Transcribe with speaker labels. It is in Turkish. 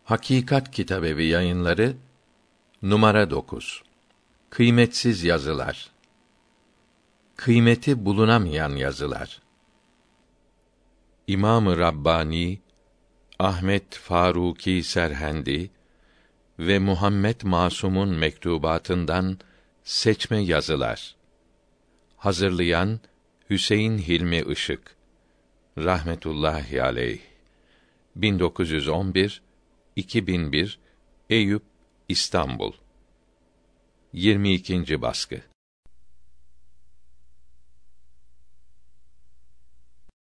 Speaker 1: Hakikat Kitabevi Yayınları numara 9. Kıymetsiz yazılar. Kıymeti bulunamayan yazılar. İmam-ı Rabbani Ahmet Faruki Serhendi ve Muhammed Masum'un mektubatından seçme yazılar. Hazırlayan Hüseyin Hilmi Işık rahmetullahi aleyh. 1911 2001 Eyüp, İstanbul. 22. baskı.